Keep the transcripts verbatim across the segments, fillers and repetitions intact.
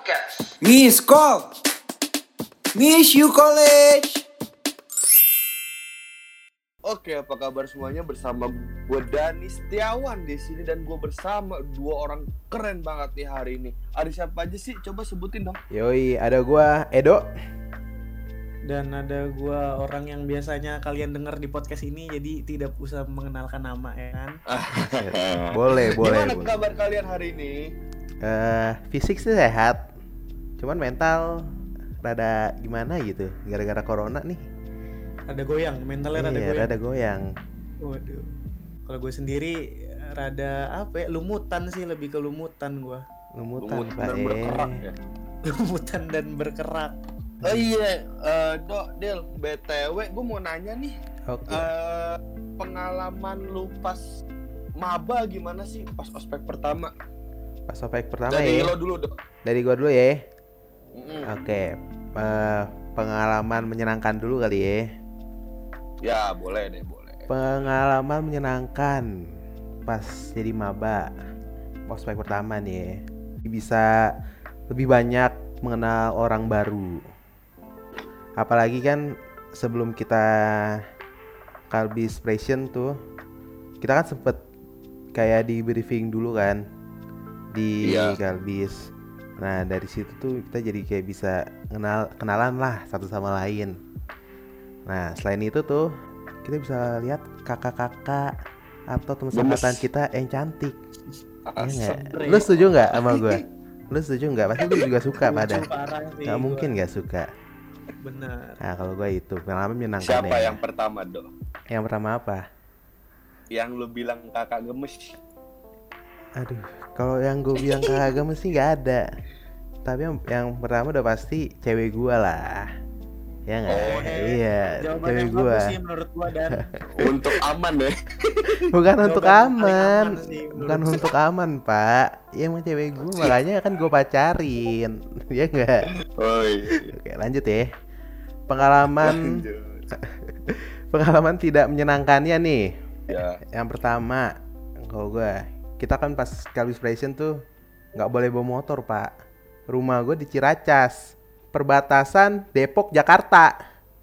Podcast. Miss Call, Miss You College. Oke, apa kabar semuanya? Bersama gue Dani Setiawan di sini dan gue bersama dua orang keren banget nih hari ini. Ada siapa aja sih? Coba sebutin dong. Yoi, ada gua Edo. Dan ada gua orang yang biasanya kalian dengar di podcast ini, jadi tidak usah mengenalkan nama ya kan. Boleh, boleh. Gimana boleh. kabar kalian hari ini? Eh, fisik sih sehat. Cuman mental rada gimana gitu gara-gara corona nih. Ada goyang, mentalnya rada Iya, goyang. rada goyang. Waduh. Kalau gue sendiri rada apa ya? Lumutan sih, lebih ke lumutan gua. Lumutan, Lumut Pak. dan berkerak ya. Lumutan dan berkerak. Oh iya, uh, Dok, Del, B T W gue mau nanya nih, Oke. uh, pengalaman lu pas maba gimana sih pas ospek pertama? Pas ospek pertama Dari ya. lo dulu, Dok. Dari gua dulu ya. Mm-mm. Oke. Eh, pengalaman menyenangkan dulu kali ya. Ya, boleh deh, boleh. Pengalaman menyenangkan pas jadi maba ospek pertama nih ya. Bisa lebih banyak mengenal orang baru. Apalagi kan sebelum kita Kalbis Pression tuh kita kan sempet kayak di briefing dulu kan di Iya. Kalbis. Nah dari situ tuh kita jadi kayak bisa kenal kenalan lah satu sama lain. Nah selain itu tuh kita bisa lihat kakak-kakak atau teman Gemes. seangkatan kita yang cantik. Iya nggak? Asem. Lu setuju nggak sama gue? Lu setuju nggak? Pasti lu juga suka pada. Lucu parah sih Gak gua. mungkin gak suka. Bener. Nah kalau gue itu pengalaman menyenangkan Siapa ya. yang pertama, Dok? Yang pertama apa? Yang lu bilang kakak gemes? Aduh, kalau yang gue bilang kagak mesti nggak ada. Tapi yang, yang pertama udah pasti cewek gue lah. Ya nggak? Oh, iya, Jawaban cewek yang gue. bagus sih menurut gua dan Untuk aman ya. Bukan untuk jawaban paling aman, aman sih menurut bukan gua. untuk aman Pak. Ya emang cewek gue, makanya kan gue pacarin. Ya nggak? Oh iya. Oke lanjut ya. Pengalaman pengalaman tidak menyenangkannya nih. Ya. Yang pertama, kalau gue, kita kan pas Kalbis Pression tuh nggak boleh bawa motor Pak. Rumah gue di Ciracas, perbatasan Depok Jakarta.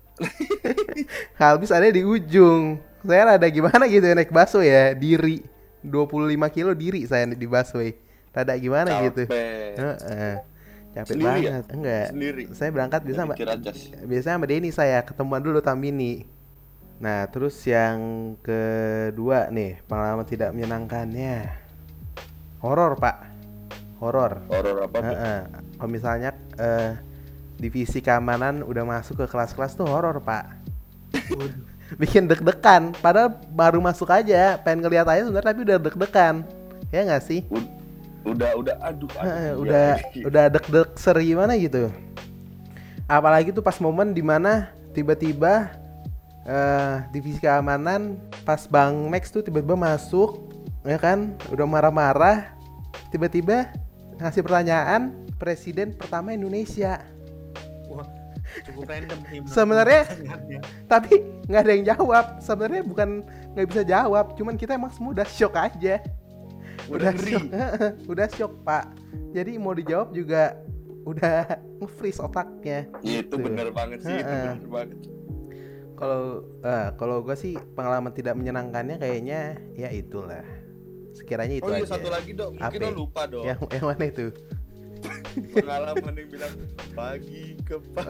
Kalbis ada di ujung. Saya rada gimana gitu naik busway ya, diri dua puluh lima kilo diri saya di busway. Rada gimana gitu. Capek. Heeh. Capek Sendiri ya? banget. Enggak. Sendiri. Saya berangkat biasa sama Dari Ciracas. biasanya sama Denny saya ketemuan dulu Tamini. Nah terus yang kedua nih pengalaman tidak menyenangkannya horor Pak, horor. Horor apa tuh? Heeh. Kalau misalnya eh, divisi keamanan udah masuk ke kelas-kelas tuh horor Pak. Bikin deg-degan. Padahal baru masuk aja, pengen ngeliat aja sebenarnya tapi udah deg-degan. Ya nggak sih? U- Udah, udah, aduh, aduh. Heeh, iya, udah iya. udah deg-deg ser gimana gitu. Apalagi tuh pas momen dimana tiba-tiba eh, divisi keamanan pas Bang Max tuh tiba-tiba masuk, ya kan, udah marah-marah, tiba-tiba ngasih pertanyaan presiden pertama Indonesia. Wah, cukup random sih menurut Sebenarnya- gua pertanyaannya. Tapi nggak ada yang jawab. Sebenarnya bukan nggak bisa jawab, cuman kita emang semua udah shock aja. Udah Udah ngeri. shock, udah shock Pak. Jadi mau dijawab juga udah nge-freeze otaknya. Iya, itu Gitu. bener banget sih, itu Heeh. bener banget. Kalau eh, kalau gue sih pengalaman tidak menyenangkannya kayaknya ya itulah. Sekiranya itu Oh iya, aja. satu lagi, Dok. Mungkin Apa? lo lupa, Dok. Yang yang mana itu? Pengalaman yang bilang pagi ke pagi.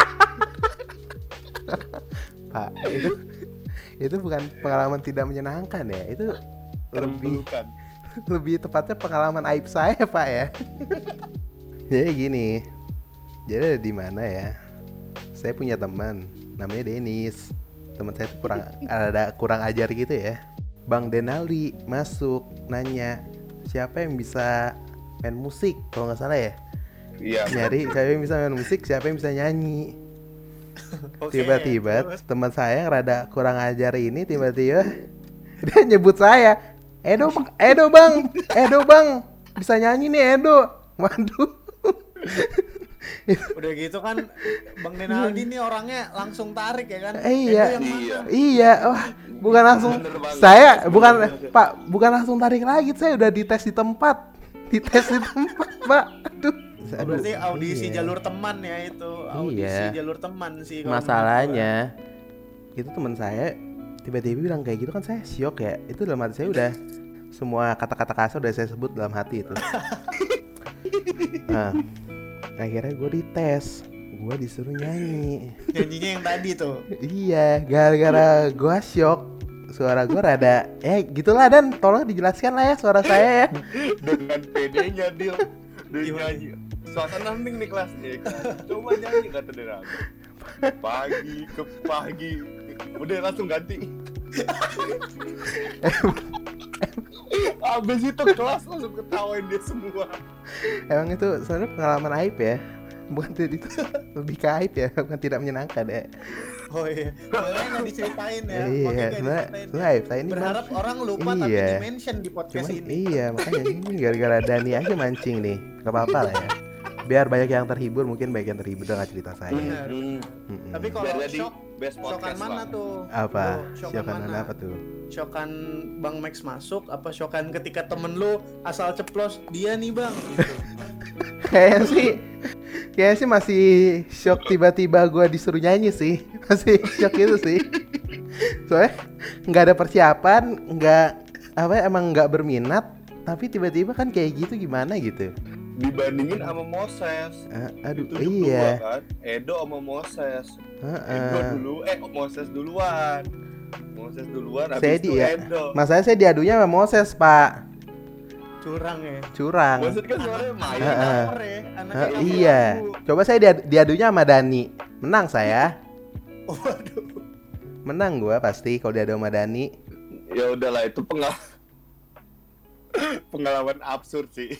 Pak, itu itu bukan pengalaman tidak menyenangkan ya. Itu lebih Terbukan. lebih tepatnya pengalaman aib saya Pak ya. Jadi gini, jadi di mana ya? Saya punya teman, namanya Denis. Teman saya tuh kurang ada kurang ajar gitu ya. Bang Denaldi masuk nanya siapa yang bisa main musik kalau nggak salah ya. Iya. Nyari siapa yang bisa main musik, siapa yang bisa nyanyi. Oke, Tiba-tiba terus. teman saya yang rada kurang ajar ini tiba-tiba dia nyebut saya, Edo bang, Edo bang, Edo bang, bisa nyanyi nih Edo. Waduh. Udah gitu kan Bang Denaldi nih orangnya langsung tarik ya kan. Eh, iya. Edo yang mana? Iya. Iya, wah, bukan langsung Bener banget. saya bukan Pak, bukan langsung tarik lagi, saya udah dites di tempat. Dites di tempat, Pak. Aduh. Oh, berarti audisi iya. jalur teman ya itu. Audisi Iya. jalur teman sih. kalau Masalahnya itu teman saya tiba-tiba bilang kayak gitu kan, saya syok ya. Itu dalam hati saya udah semua kata-kata kasar udah saya sebut dalam hati itu. Nah, akhirnya gue dites, gue disuruh nyanyi. menurut gua. Nyanyinya yang tadi tuh. Iya, gara-gara gue syok, suara gue rada, eh gitulah Dan, tolong dijelaskan lah ya suara saya ya. Dengan pedenya dia dia Gimana? nyanyi. Suasana hening nih kelas nih. Coba nyanyi kata dia. Pagi ke pagi. Udah langsung ganti. Abis itu kelas langsung ketawain dia semua. Emang itu sebenarnya pengalaman aib ya, bukan itu lebih ke aib ya, bukan tidak menyenangkan ya. Oh iya. Sebenarnya nggak diceritain ya. Iya, Makanya nggak sebenarnya diceritain. sebenarnya aib saya ini Berharap Bang. orang lupa tapi Iya. di-mention di podcast Cuman ini. iya, makanya ini gara-gara Dani aja mancing nih. Gak apa-apa lah ya. Biar banyak yang terhibur, mungkin banyak yang terhibur dengan cerita saya. Benar. Mm-mm. Tapi kalau Biar jadi shock, best shockan podcast mana lah. tuh? Apa? Lu shockan Syokan mana? apa tuh? Shockan Bang Max masuk apa shockan ketika temen lu asal ceplos dia nih Bang gitu. Kayaknya sih Kayaknya sih masih shock tiba-tiba gue disuruh nyanyi sih. Masih shock itu sih. Soalnya nggak ada persiapan, nggak apa emang nggak berminat, tapi tiba-tiba kan kayak gitu gimana gitu. Dibandingin sama Moses. Ah, aduh, Itu dua iya. kan. Edo sama Moses. Heeh. Edo dulu, eh Moses duluan. Moses duluan, habis Saya itu di ya. Edo. Masalahnya saya diadunya sama Moses, Pak. Curang ya. Curang. Moses kan suaranya main. Heeh. Lapar ya, anaknya Ah, lapar. iya. Coba saya diad- diadunya sama Dani. Menang saya. Waduh. Menang gua pasti kalau diadu sama Dani. Ya udahlah, itu pengalaman pengalaman absurd sih.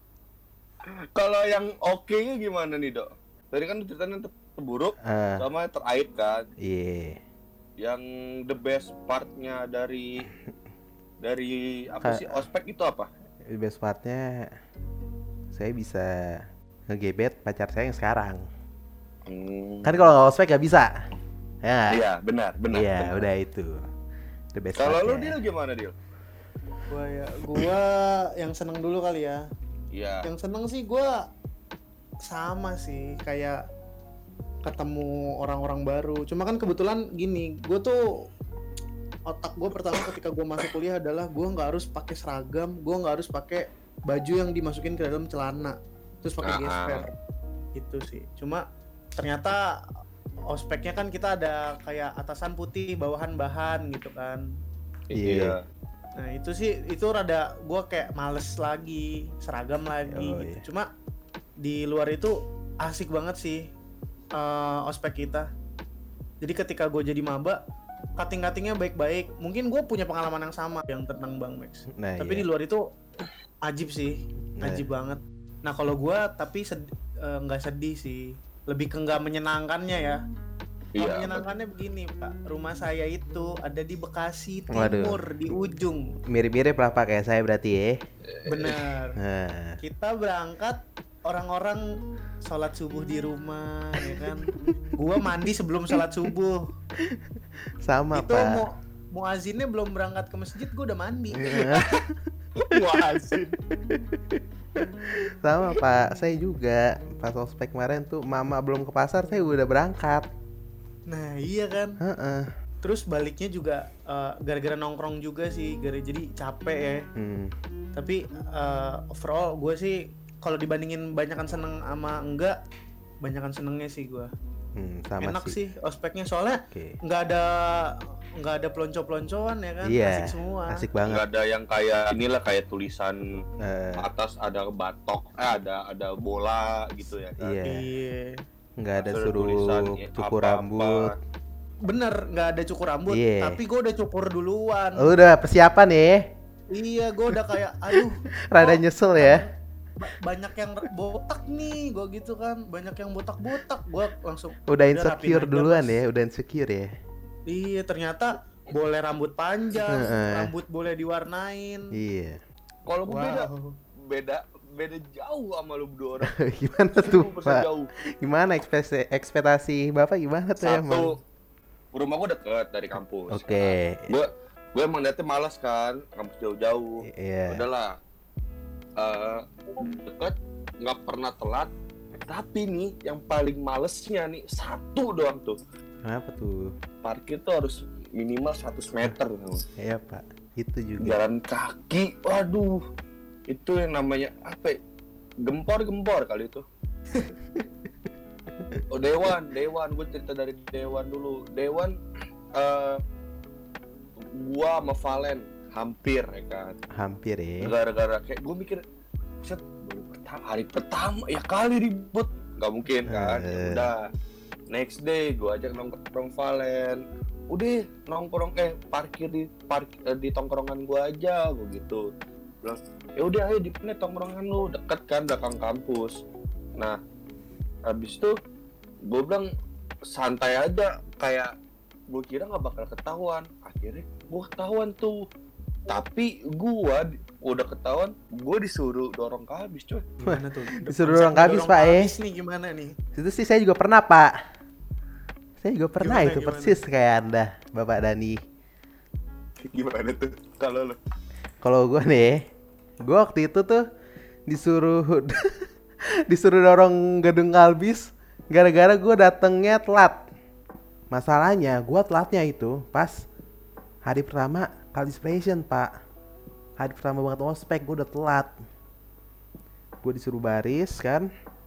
Kalau yang oke-nya gimana nih, Dok? Tadi kan ceritanya ter- terburuk Ah, sama teraib kan. iya. Yang the best partnya dari dari apa Ka- sih ospek itu apa? The best partnya saya bisa ngegebet pacar saya yang sekarang. Hmm. Kan kalau nggak ospek nggak bisa. Ya. Iya, benar, benar. Iya, benar. udah itu. The best Kalau lu partnya. Dil gimana, Dil? Gua ya, gua yang seneng dulu kali ya. Iya. Yang seneng sih gua sama sih kayak ketemu orang-orang baru. Cuma kan kebetulan gini, gua tuh otak gue pertama ketika gue masuk kuliah adalah gue nggak harus pakai seragam, gue nggak harus pakai baju yang dimasukin ke dalam celana, terus pakai Ah. gesper, itu sih. Cuma ternyata ospeknya kan kita ada kayak atasan putih, bawahan bahan gitu kan. Iya. Nah itu sih itu rada gue kayak males lagi seragam lagi Oh, gitu. iya. Cuma di luar itu asik banget sih eh, ospek kita. Jadi ketika gue jadi maba, cutting-cuttingnya baik-baik. Mungkin gue punya pengalaman yang sama yang tentang Bang Max. Nah, Tapi iya. di luar itu ajib sih, Nah. ajib banget. Nah kalau gue tapi sed- eh, nggak sedih sih, lebih ke nggak menyenangkannya ya. Kalau Iya. menyenangkannya begini Pak, rumah saya itu ada di Bekasi Waduh. Timur di ujung. Mirip-mirip lah Pak kayak saya berarti ya. Benar. Nah, Kita berangkat, orang-orang sholat subuh di rumah, ya kan. Gua mandi sebelum sholat subuh. sama Itu Pak. mau muazinnya belum berangkat ke masjid, gua udah mandi. Wah, asik. Sama Pak, saya juga pas ospek kemarin tuh mama belum ke pasar saya udah berangkat. Nah iya kan. Heeh. Terus baliknya juga eh, gara-gara nongkrong juga sih, gara jadi capek ya. Hmm. Tapi eh, overall gue sih kalau dibandingin banyakan seneng sama enggak, banyakan senengnya sih gue. Hmm, sama Enak sih. sih ospeknya soalnya Oke. nggak ada nggak ada pelonco-peloncoan ya kan, Iya. asik semua. Asik Nggak banget. ada yang kayak inilah kayak tulisan Eh, atas ada batok, eh ada ada bola gitu ya kan. iya. Iya. Nggak ada Terus suruh tulisan cukur apa-apa. rambut. Bener nggak ada cukur rambut, Iya. tapi gue udah cukur duluan. Udah persiapan ya. Iya, gue udah kayak, aduh, Rada kok nyesel ya. ba- banyak yang botak nih, gue gitu kan, banyak yang botak-botak, gue langsung. Udah rapiin insecure aja, duluan Bos. ya, udah insecure ya. Iya, ternyata boleh rambut panjang, Heeh. rambut boleh diwarnain. Iya. Kalau gue beda, Wow. beda beda jauh sama lu berdua orang. Gimana tuh Seribu persen Pak? jauh. Gimana ekspektasi, ekspektasi Bapak gimana tuh emang? Satu, rumah gue deket dari kampus. Oke. Gue gue emang niatnya malas kan, kampus jauh-jauh. Iya. Udahlah, eh deket nggak pernah telat. Tapi nih yang paling malesnya nih satu doang tuh. Kenapa tuh? Parkir tuh harus minimal seratus meter. Iya pak, itu juga. Jalan kaki, waduh, itu yang namanya apa? Ya? Gempor-gempor kali itu. Oh Dewan, Dewan, gue cerita dari Dewan dulu. Dewan, uh, gua sama Valen hampir ya kan. Hampir ya. Gara-gara kayak gue mikir, set hari pertama ya kali ribut, nggak mungkin kan. Uh. Ya udah, next day gue ajak nongkrong Valen. Udah nongkrong eh parkir di parkir di tongkrongan gue aja, gue gitu. Bilang, ya udah ayo di mana tongkrongan lu, deket kan belakang kampus. Nah, habis itu gue bilang santai aja, kayak gue kira nggak bakal ketahuan. Akhirnya gue ketahuan tuh, tapi gue udah ketahuan, gue disuruh dorong ke habis coy. Gimana tuh? Disuruh dorong ke habis, Pak, eh. Habis nih gimana nih? Itu sih saya juga pernah pak. Saya juga pernah Gimana, itu gimana? persis kayak anda, Bapak Dani. Gimana tuh kalau lo? Kalau gue nih, gue waktu itu tuh disuruh disuruh dorong gedung Kalbis gara-gara gue datangnya telat. Masalahnya gue telatnya itu pas hari pertama Kalbis Passion pak. Hari pertama banget ospek gue udah telat. Gue disuruh baris kan.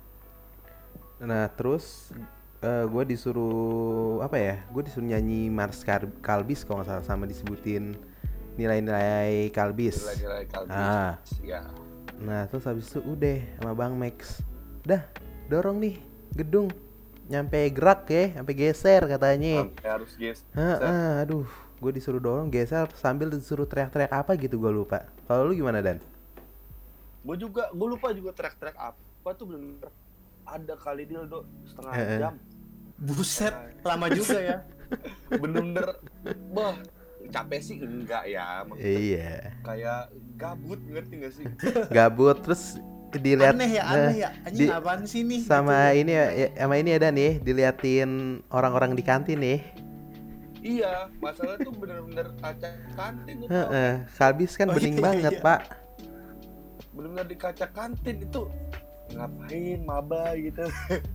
Nah terus uh, gue disuruh apa ya? Gue disuruh nyanyi Mars Kalbis kalau nggak salah, sama disebutin nilai-nilai Kalbis. Nilai-nilai Kalbis. Ah. Ya. Nah terus habis itu udah sama Bang Max, dah dorong nih gedung, nyampe gerak ya, sampai geser katanya. Sampai harus geser. Heeh, aduh, gue disuruh dorong geser sambil disuruh teriak-teriak apa gitu, gue lupa. Kalau lu gimana Dan? Gue juga, gue lupa juga teriak-teriak apa tuh, bener-bener ada kali dildo setengah Eh, eh. jam. Buset, lama juga ya. Bener-bener, bah, capek sih enggak ya, maksudnya Iya, kayak gabut, ngerti gak sih? gabut terus dilihat Aneh ya, nah, aneh ya. Anjing di- apaan sih nih? sama Gitu. ini ya, ya, sama ini ada nih, diliatin orang-orang di kantin nih. Iya, masalah tuh bener-bener kaca kantin itu. Heeh, Kalbis kan Oh, bening iya, banget iya. pak. Bener-bener di kaca kantin itu ngapain maba gitu.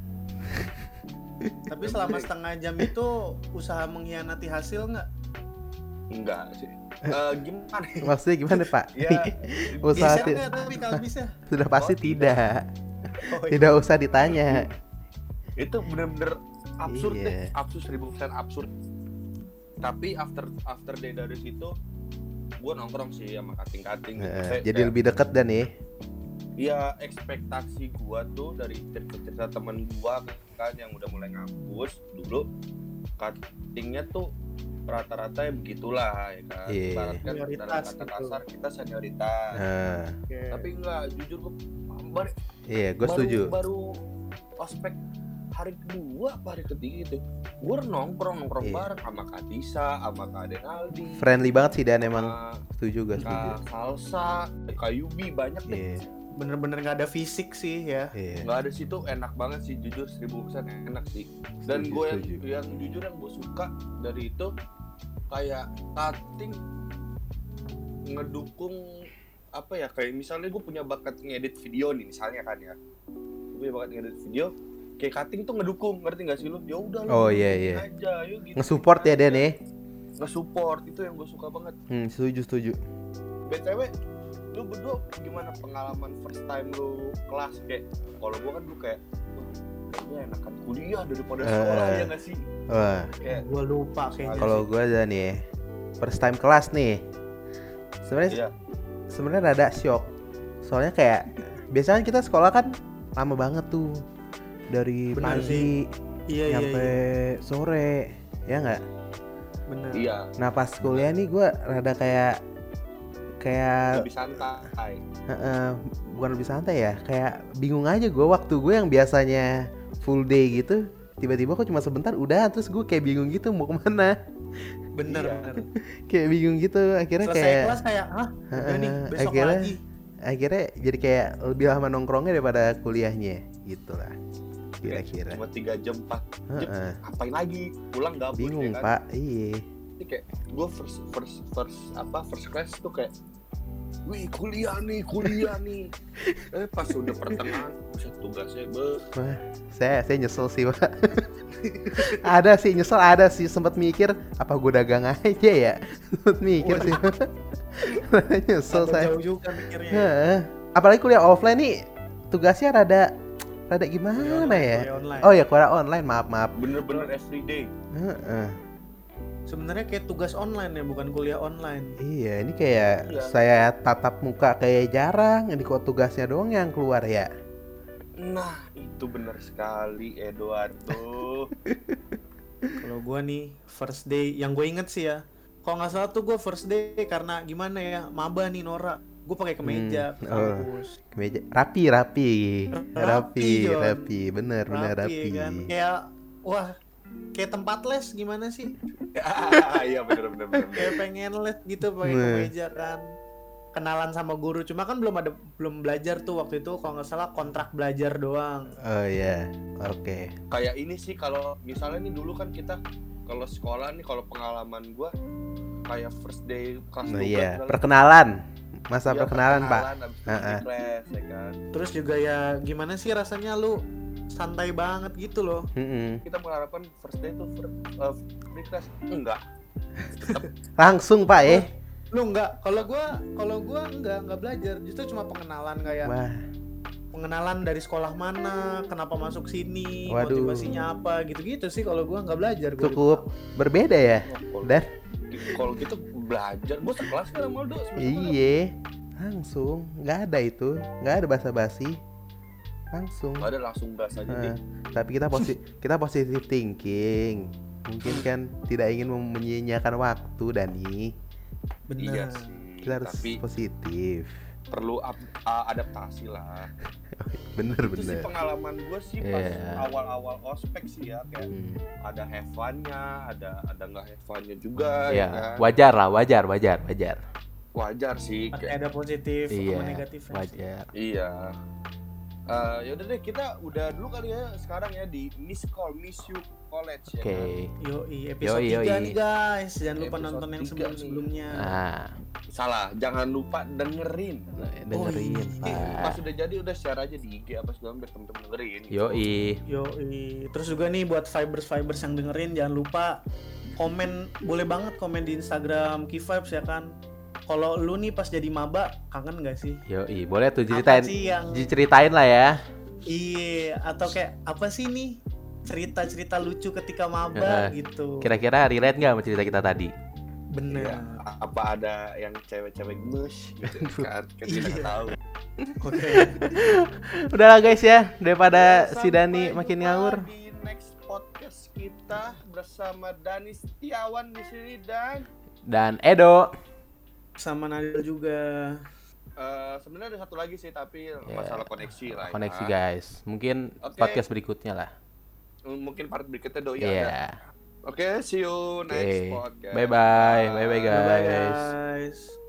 Tapi selama setengah jam itu usaha mengkhianati hasil nggak? Enggak sih. Eh gimana? ya? Maksudnya gimana pak? Ya, Usaha Geser ti- nggak tapi kalau bisa? sudah pasti Oh, tidak. tidak. Oh, iya. Tidak usah ditanya. itu bener-bener absurd Iya. deh, absurd seribu persen absurd. Tapi after after day dari situ gue nongkrong sih sama kating-kating gitu. Heeh, Kayak- jadi kayak, lebih dekat Dan ya. ya ekspektasi gue tuh dari cerita-cerita temen gue kan yang udah mulai ngampus dulu, katingnya tuh rata-rata ya begitulah ya kan. Iya. Ibaratkan dalam Senioritas kata gitu. kasar kita senioritas. Nah, Oke. Tapi enggak, jujur gue baru, iya, gue baru, setuju. baru ospek hari kedua apa hari ketiga itu gue nongkrong nongkrong Iya. bareng sama Kak Tisa, sama Kak Denaldi, Friendly banget sih Dan, emang sama setuju gue setuju. Kak Salsa, Kak Yubi, banyak deh. Iya, Bener-bener nggak ada fisik sih ya. iya. Nggak ada situ, enak banget sih, jujur seribu persen enak sih. Dan Setuju, gue yang, setuju. yang jujur yang gue suka dari itu kayak cutting ngedukung apa ya, kayak misalnya gue punya bakat ngedit video nih misalnya kan ya, gue punya bakat ngedit video, kayak cutting tuh ngedukung, ngerti nggak sih lu? Ya udah lu Oh, bikin iya, iya. aja, yuk gitu. Nge-support ya Dan ya. Nge-support itu yang gue suka banget. Hmm, setuju setuju. B T W lu berdua gimana pengalaman first time lu kelas? Kayak kalau gue kan dulu kayak "Wah, kayaknya enakan kuliah daripada sekolah Eh. ya nggak sih?" Wah, Kayak Gue lupa kayaknya. kalau gue Dan ya, first time kelas nih. Sebenarnya iya, sebenarnya rada shock. Soalnya kayak biasanya kita sekolah kan lama banget tuh. Dari Benar pagi Iya iya sampai iya. sore, ya nggak? Bener. iya, Nah pas kuliah nih gue rada kayak kayak lebih santai. heeh, bukan lebih santai ya, kayak bingung aja gue, waktu gue yang biasanya full day gitu tiba-tiba kok cuma sebentar udah, terus gue kayak bingung gitu mau kemana. Bener Iya. bener. Kayak bingung gitu akhirnya. Selesai kayak kelas kayak ah udah nih Heeh, besok akhirnya- lagi. akhirnya jadi kayak lebih lama nongkrongnya daripada kuliahnya gitu lah kira-kira. Cuma tiga jam, empat jam, Heeh. ngapain lagi? Pulang gabut Bingung ya kan? pak, iya. Jadi kayak gue first first first apa first class tuh kayak wih kuliah nih, kuliah nih. Eh pas udah pertengahan, buset tugasnya be. Wah, saya saya nyesel sih pak. Ada sih nyesel, ada sih sempat mikir apa gue dagang aja ya. Sempat mikir sih. Nyesel Agak saya. jauh juga mikirnya. Heeh. Apalagi kuliah offline nih tugasnya rada rada gimana Kuliah online, ya? kuliah online. Oh ya kuliah online, maaf maaf. Bener-bener everyday. Heeh. Sebenarnya kayak tugas online ya, bukan kuliah online. Iya, ini kayak Iya. saya tatap muka kayak jarang, ini kok tugasnya doang yang keluar ya. Nah, itu bener sekali Eduardo. Kalau gua nih first day yang gue inget sih ya. Kalau nggak salah tuh gue first day karena gimana ya, maba nih Nora. Gue pakai kemeja Hmm, ke oh. kampus. Kemeja rapi rapi rapi Rapi, Jon. rapi bener bener rapi. kan. Kayak wah, kayak tempat les gimana sih? Iya bener-bener. Kayak pengen les gitu pakai Nah. kemeja kan. Kenalan sama guru, cuma kan belum ada belum belajar tuh waktu itu, kalau nggak salah kontrak belajar doang. Oh iya, oke. Kayak ini sih kalau misalnya nih dulu kan kita kalau sekolah nih kalau pengalaman gua kayak first day kelas Nah dua belas iya, misalnya. perkenalan, masa Iya, perkenalan pak. abis itu Ha-ha. di kelas ya kan. Terus juga ya gimana sih rasanya lu santai banget gitu loh. Mm-mm. Kita mengharapkan first day tuh first, uh, free class enggak. Langsung pak eh. Lu enggak, kalau gua kalau gua enggak enggak belajar, justru cuma pengenalan kayak Wah, pengenalan dari sekolah mana, kenapa masuk sini, Waduh. motivasinya apa, gitu-gitu sih kalau gua nggak belajar. Gua cukup berbeda ya. Kalau- Dan Kalau gitu belajar, gua sekelas kan sama Aldo. semester depan. iye, langsung, nggak ada itu, nggak ada basa-basi, langsung. Nggak ada langsung gas aja Nah, deh. tapi kita posi- kita positive thinking. Mungkin kan tidak ingin menyia-nyiakan waktu Dani. bener. Iya sih. Kita harus Tapi positif. perlu ap- a- adaptasi lah. Bener Itu sih bener. pengalaman gue sih pas Iya. awal-awal ospek sih ya, kayak Hmm. ada have fun-nya, ada ada nggak have fun-nya juga, ya Ya, kan? wajar lah, wajar, wajar, wajar. Wajar sih. Pasti Kayak, ada positif Iya, sama negatifnya. wajar. iya. Eh ya udah deh, kita udah dulu kali ya sekarang ya di Miss Call Miss You College ya. Oke. kan? Yoi, episode Yoi, tiga yoi. nih guys. Jangan lupa Episode nonton yang tiga sebelum-sebelumnya. Nah, Salah, jangan lupa dengerin. dengerin, Ini pas Pak. udah jadi udah share aja di I G apa segala biar temen-temen dengerin. gitu. Yoi. Yoi. Terus juga nih buat fibers-fibers yang dengerin, jangan lupa komen, boleh banget komen di Instagram Key Vibes ya kan. Kalau lu nih pas jadi maba kangen gak sih? Yoi, boleh tuh Apa ceritain, sih yang diceritain lah ya. iya, atau kayak apa sih nih cerita-cerita lucu ketika maba Eh, gitu. Kira-kira relate nggak sama cerita kita tadi? Bener. Iya, apa ada yang cewek-cewek mus gitu kan? Kan kita nggak Iya. tahu. Oke. Udahlah guys ya, daripada Ya, si Dani sampai makin jumpa ngawur. Di next podcast kita bersama Dani Setiawan di sini dan Dan Edo. Sama Nadil juga. eh, sebenarnya ada satu lagi sih tapi masalah koneksi lah. ya. Koneksi guys. Mungkin Oke. podcast berikutnya lah. Mungkin part berikutnya doi Iya. ada. Oke, see you next Oke. podcast. Bye bye. Bye bye Bye bye guys. guys.